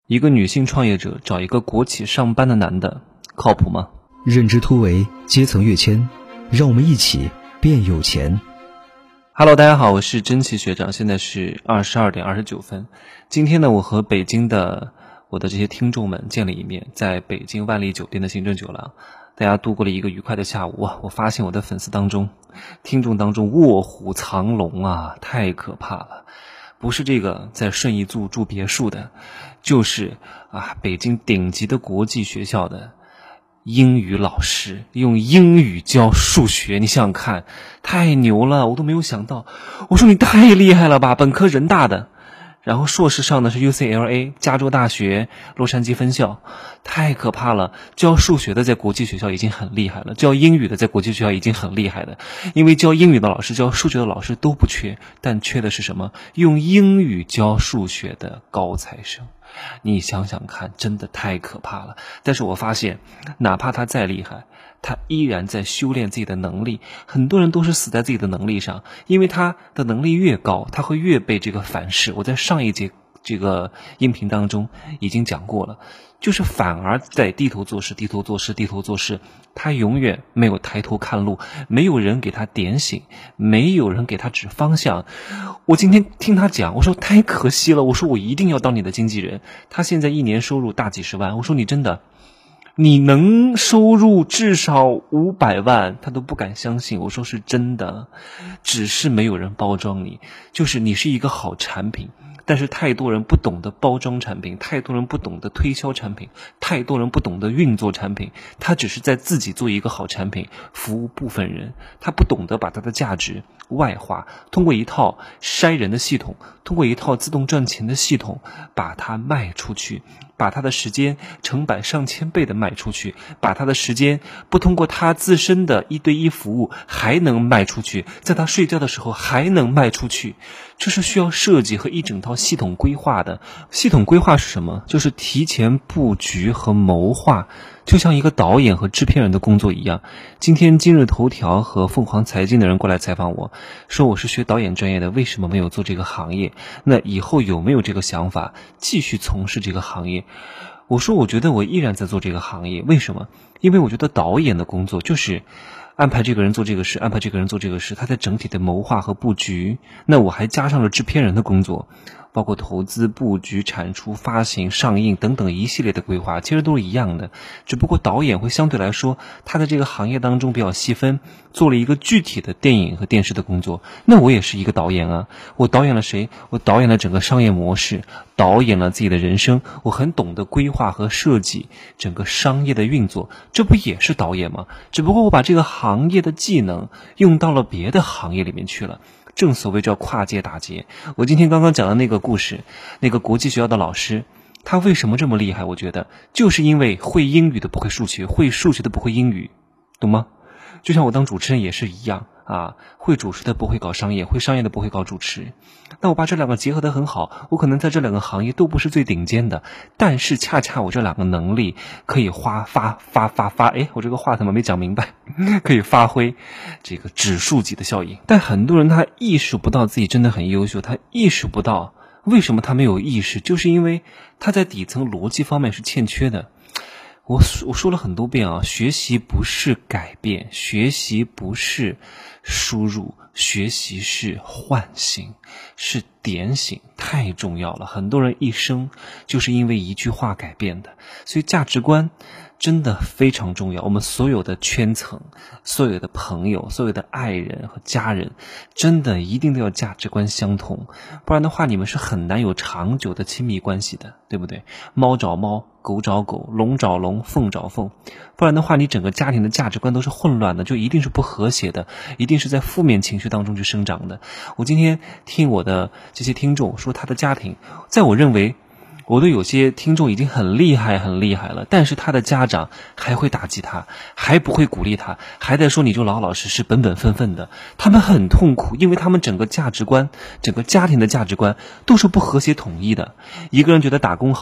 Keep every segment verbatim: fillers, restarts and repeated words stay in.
一个女性创业者找一个国企上班的男的，靠谱吗？ 认知突围，阶层跃迁，让我们一起变有钱。 Hello， 大家好，我是真奇学长，现在是二十二点二十九分。今天呢，我和北京的我的这些听众们见了一面，在北京万丽酒店的行政酒廊，大家度过了一个愉快的下午啊！我发现我的粉丝当中、听众当中卧虎藏龙啊，太可怕了。不是这个在顺义住住别墅的，就是啊北京顶级的国际学校的英语老师，用英语教数学，你想想看，太牛了，我都没有想到。我说你太厉害了吧，本科人大的，然后硕士上的是 U C L A 加州大学洛杉矶分校，太可怕了。教数学的在国际学校已经很厉害了，教英语的在国际学校已经很厉害了，因为教英语的老师教数学的老师都不缺，但缺的是什么？用英语教数学的高材生。你想想看，真的太可怕了。但是我发现哪怕他再厉害，他依然在修炼自己的能力。很多人都是死在自己的能力上，因为他的能力越高，他会越被这个反噬。我在上一节这个音频当中已经讲过了，就是反而在低头做事低头做事低头做事，他永远没有抬头看路，没有人给他点醒，没有人给他指方向。我今天听他讲，我说太可惜了，我说我一定要当你的经纪人。他现在一年收入大几十万，我说你真的你能收入至少五百万，他都不敢相信。我说是真的，只是没有人包装你，就是你是一个好产品，但是太多人不懂得包装产品，太多人不懂得推销产品，太多人不懂得运作产品，他只是在自己做一个好产品，服务部分人，他不懂得把他的价值外化，通过一套筛人的系统，通过一套自动赚钱的系统，把它卖出去，把他的时间成百上千倍的卖出去，把他的时间不通过他自身的一对一服务还能卖出去，在他睡觉的时候还能卖出去。这是需要设计和一整套系统规划的。系统规划是什么？就是提前布局和谋划，就像一个导演和制片人的工作一样。今天今日头条和凤凰财经的人过来采访我，说我是学导演专业的，为什么没有做这个行业？那以后有没有这个想法继续从事这个行业？我说我觉得我依然在做这个行业。为什么？因为我觉得导演的工作就是安排这个人做这个事，安排这个人做这个事，他在整体的谋划和布局。那我还加上了制片人的工作，包括投资、布局、产出、发行、上映等等一系列的规划，其实都是一样的。只不过导演会相对来说，他在这个行业当中比较细分，做了一个具体的电影和电视的工作。那我也是一个导演啊，我导演了谁？我导演了整个商业模式，导演了自己的人生，我很懂得规划和设计整个商业的运作，这不也是导演吗？只不过我把这个行业的技能用到了别的行业里面去了。正所谓叫跨界打劫。我今天刚刚讲的那个故事，那个国际学校的老师，他为什么这么厉害？我觉得就是因为会英语的不会数学，会数学的不会英语，懂吗？就像我当主持人也是一样啊，会主持的不会搞商业，会商业的不会搞主持。那我把这两个结合得很好，我可能在这两个行业都不是最顶尖的，但是恰恰我这两个能力可以花发发发发，哎，我这个话怎么没讲明白？可以发挥这个指数级的效应。但很多人他意识不到自己真的很优秀，他意识不到为什么他没有意识，就是因为他在底层逻辑方面是欠缺的。我我说了很多遍啊，学习不是改变，学习不是输入，学习是唤醒，是点醒，太重要了。很多人一生就是因为一句话改变的，所以价值观真的非常重要。我们所有的圈层，所有的朋友，所有的爱人和家人，真的一定都要价值观相同，不然的话你们是很难有长久的亲密关系的，对不对？猫找猫，狗找狗，龙找龙，凤找凤，不然的话你整个家庭的价值观都是混乱的，就一定是不和谐的，一定是在负面情绪当中去生长的。我今天听我的这些听众说他的家庭，在我认为我的有些听众已经很厉害很厉害了，但是他的家长还会打击他，还不会鼓励他，还在说你就老老实实本本分分的。他们很痛苦，因为他们整个价值观，整个家庭的价值观都是不和谐统一的。一个人觉得打工好，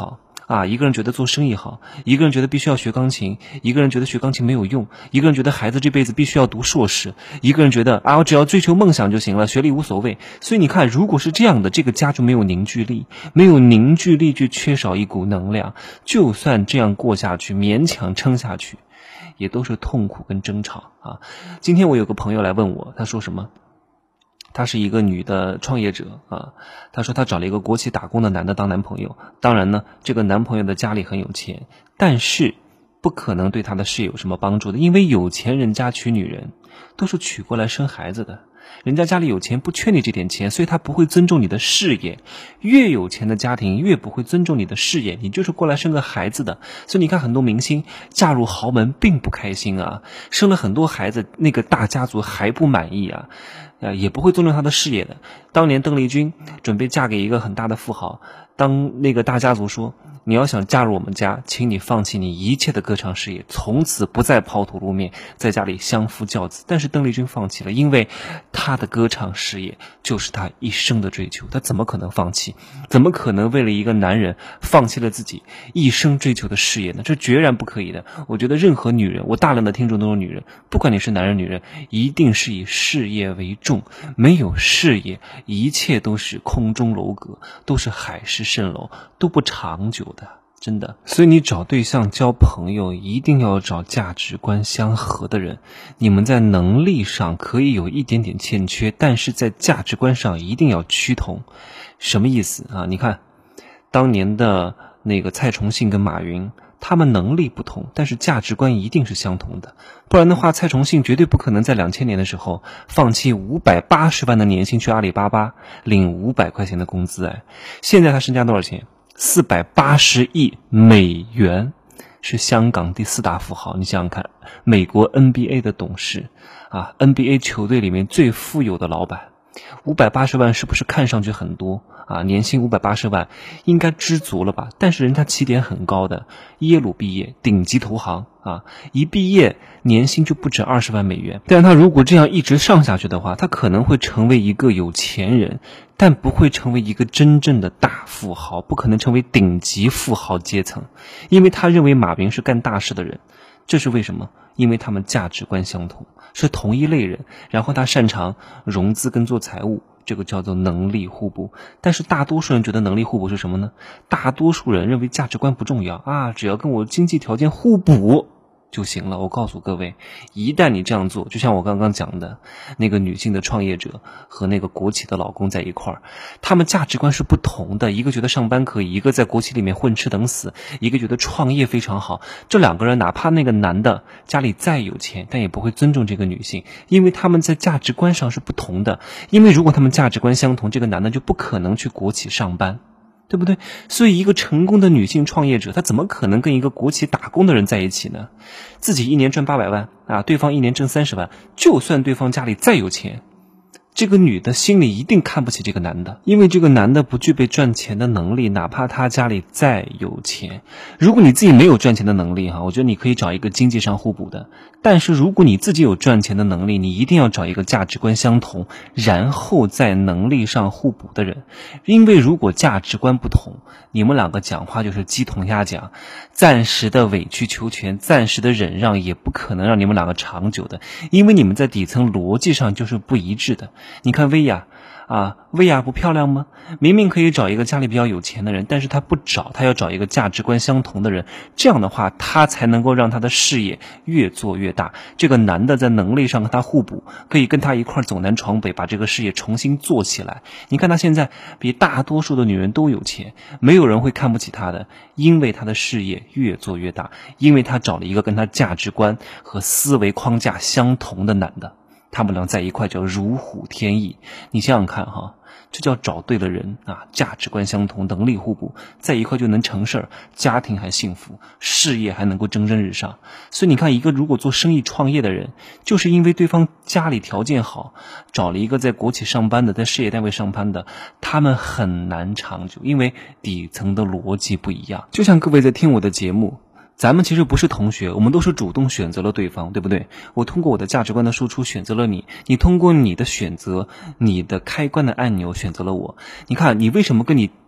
啊，一个人觉得做生意好，一个人觉得必须要学钢琴，一个人觉得学钢琴没有用，一个人觉得孩子这辈子必须要读硕士，一个人觉得啊，我只要追求梦想就行了，学历无所谓。所以你看，如果是这样的，这个家就没有凝聚力，没有凝聚力就缺少一股能量，就算这样过下去，勉强撑下去，也都是痛苦跟争吵啊。今天我有个朋友来问我，他说什么？她是一个女的创业者啊，她说她找了一个国企打工的男的当男朋友，当然呢，这个男朋友的家里很有钱，但是不可能对她的事业有什么帮助的，因为有钱人家娶女人都是娶过来生孩子的，人家家里有钱，不缺你这点钱，所以他不会尊重你的事业。越有钱的家庭越不会尊重你的事业，你就是过来生个孩子的。所以你看很多明星嫁入豪门并不开心啊，生了很多孩子，那个大家族还不满意啊，呃，也不会尊重他的事业的。当年邓丽君准备嫁给一个很大的富豪，当那个大家族说你要想嫁入我们家，请你放弃你一切的歌唱事业，从此不再抛头露面，在家里相夫教子。但是邓丽君放弃了，因为她的歌唱事业就是她一生的追求，她怎么可能放弃？怎么可能为了一个男人放弃了自己一生追求的事业呢？这决然不可以的。我觉得任何女人，我大量的听众都是女人，不管你是男人女人，一定是以事业为重，没有事业，一切都是空中楼阁，都是海市蜃楼，都不长久的，真的。所以你找对象交朋友一定要找价值观相合的人，你们在能力上可以有一点点欠缺，但是在价值观上一定要趋同。什么意思啊？你看当年的那个蔡崇信跟马云，他们能力不同，但是价值观一定是相同的，不然的话蔡崇信绝对不可能在两千年的时候放弃五百八十万的年薪去阿里巴巴领五百块钱的工资。哎，现在他身家多少钱？四百八十亿美元，是香港第四大富豪。你想想看，美国 N B A 的董事啊 ，N B A 球队里面最富有的老板，五百八十万是不是看上去很多啊？年薪五百八十万应该知足了吧？但是人家起点很高的，耶鲁毕业，顶级投行啊，一毕业年薪就不止二十万美元。但是他如果这样一直上下去的话，他可能会成为一个有钱人，但不会成为一个真正的大富豪，不可能成为顶级富豪阶层，因为他认为马云是干大事的人。这是为什么？因为他们价值观相同，是同一类人，然后他擅长融资跟做财务，这个叫做能力互补。但是大多数人觉得能力互补是什么呢？大多数人认为价值观不重要啊，只要跟我经济条件互补就行了。我告诉各位，一旦你这样做，就像我刚刚讲的那个女性的创业者和那个国企的老公在一块儿，他们价值观是不同的，一个觉得上班可以，一个在国企里面混吃等死，一个觉得创业非常好。这两个人哪怕那个男的家里再有钱，但也不会尊重这个女性，因为他们在价值观上是不同的。因为如果他们价值观相同，这个男的就不可能去国企上班，对不对？所以一个成功的女性创业者，她怎么可能跟一个国企打工的人在一起呢？自己一年赚八百万啊，对方一年挣三十万，就算对方家里再有钱，这个女的心里一定看不起这个男的，因为这个男的不具备赚钱的能力，哪怕他家里再有钱。如果你自己没有赚钱的能力哈，我觉得你可以找一个经济上互补的，但是如果你自己有赚钱的能力，你一定要找一个价值观相同，然后在能力上互补的人。因为如果价值观不同，你们两个讲话就是鸡同鸭讲，暂时的委曲求全，暂时的忍让，也不可能让你们两个长久的，因为你们在底层逻辑上就是不一致的。你看薇娅啊，薇娅不漂亮吗？明明可以找一个家里比较有钱的人，但是她不找，她要找一个价值观相同的人，这样的话她才能够让她的事业越做越大。这个男的在能力上跟她互补，可以跟她一块走南闯北，把这个事业重新做起来。你看她现在比大多数的女人都有钱，没有人会看不起她的，因为她的事业越做越大，因为她找了一个跟她价值观和思维框架相同的男的。他们俩在一块叫如虎添翼。你想想看哈，这叫找对了人啊，价值观相同，能力互补，在一块就能成事儿，家庭还幸福，事业还能够蒸蒸日上。所以你看，一个如果做生意创业的人，就是因为对方家里条件好，找了一个在国企上班的，在事业单位上班的，他们很难长久，因为底层的逻辑不一样。就像各位在听我的节目，咱们其实不是同学，我们都是主动选择了对方，对不对？我通过我的价值观的输出选择了你，你通过你的选择，你的开关的按钮选择了我。你看，你为什么跟你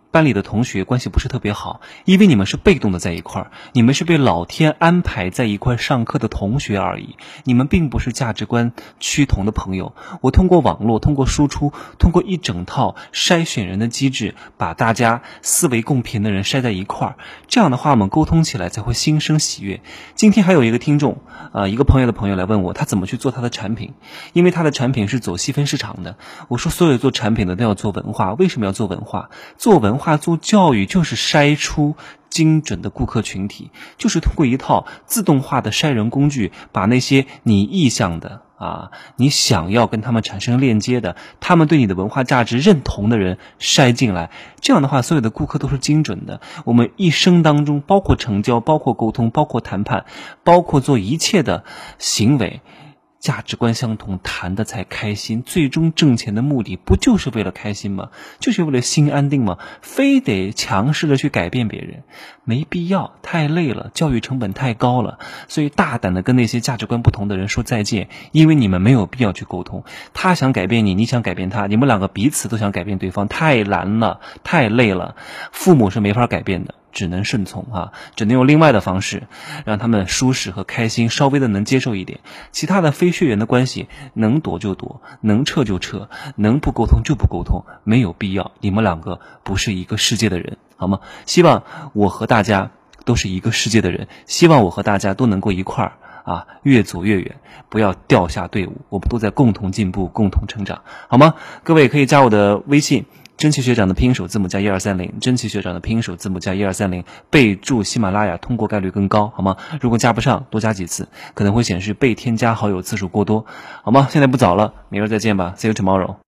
班里的同学关系不是特别好，因为你们是被动的在一块儿，你们是被老天安排在一块上课的同学而已，你们并不是价值观趋同的朋友。我通过网络，通过输出，通过一整套筛选人的机制，把大家思维共频的人筛在一块儿，这样的话我们沟通起来才会心生喜悦。今天还有一个听众啊、呃，一个朋友的朋友来问我，他怎么去做他的产品，因为他的产品是走细分市场的。我说所有做产品的都要做文化，为什么要做文化？做文化做教育就是筛出精准的顾客群体，就是通过一套自动化的筛人工具，把那些你意向的啊，你想要跟他们产生链接的，他们对你的文化价值认同的人筛进来，这样的话所有的顾客都是精准的。我们一生当中包括成交，包括沟通，包括谈判，包括做一切的行为，价值观相同，谈的才开心，最终挣钱的目的不就是为了开心吗？就是为了心安定吗？非得强势的去改变别人，没必要，太累了，教育成本太高了。所以大胆的跟那些价值观不同的人说再见，因为你们没有必要去沟通。他想改变你，你想改变他，你们两个彼此都想改变对方，太难了，太累了。父母是没法改变的，只能顺从啊，只能用另外的方式让他们舒适和开心，稍微的能接受一点。其他的非血缘的关系能躲就躲，能撤就撤，能不沟通就不沟通，没有必要。你们两个不是一个世界的人，好吗？希望我和大家都是一个世界的人，希望我和大家都能够一块儿啊，越走越远，不要掉下队伍，我们都在共同进步，共同成长，好吗？各位可以加我的微信，真奇学长的拼音首字母加一二三零，真奇学长的拼音首字母加一二三零，备注喜马拉雅，通过概率更高，好吗？如果加不上，多加几次，可能会显示被添加好友次数过多，好吗？现在不早了，明儿再见吧 ，See you tomorrow。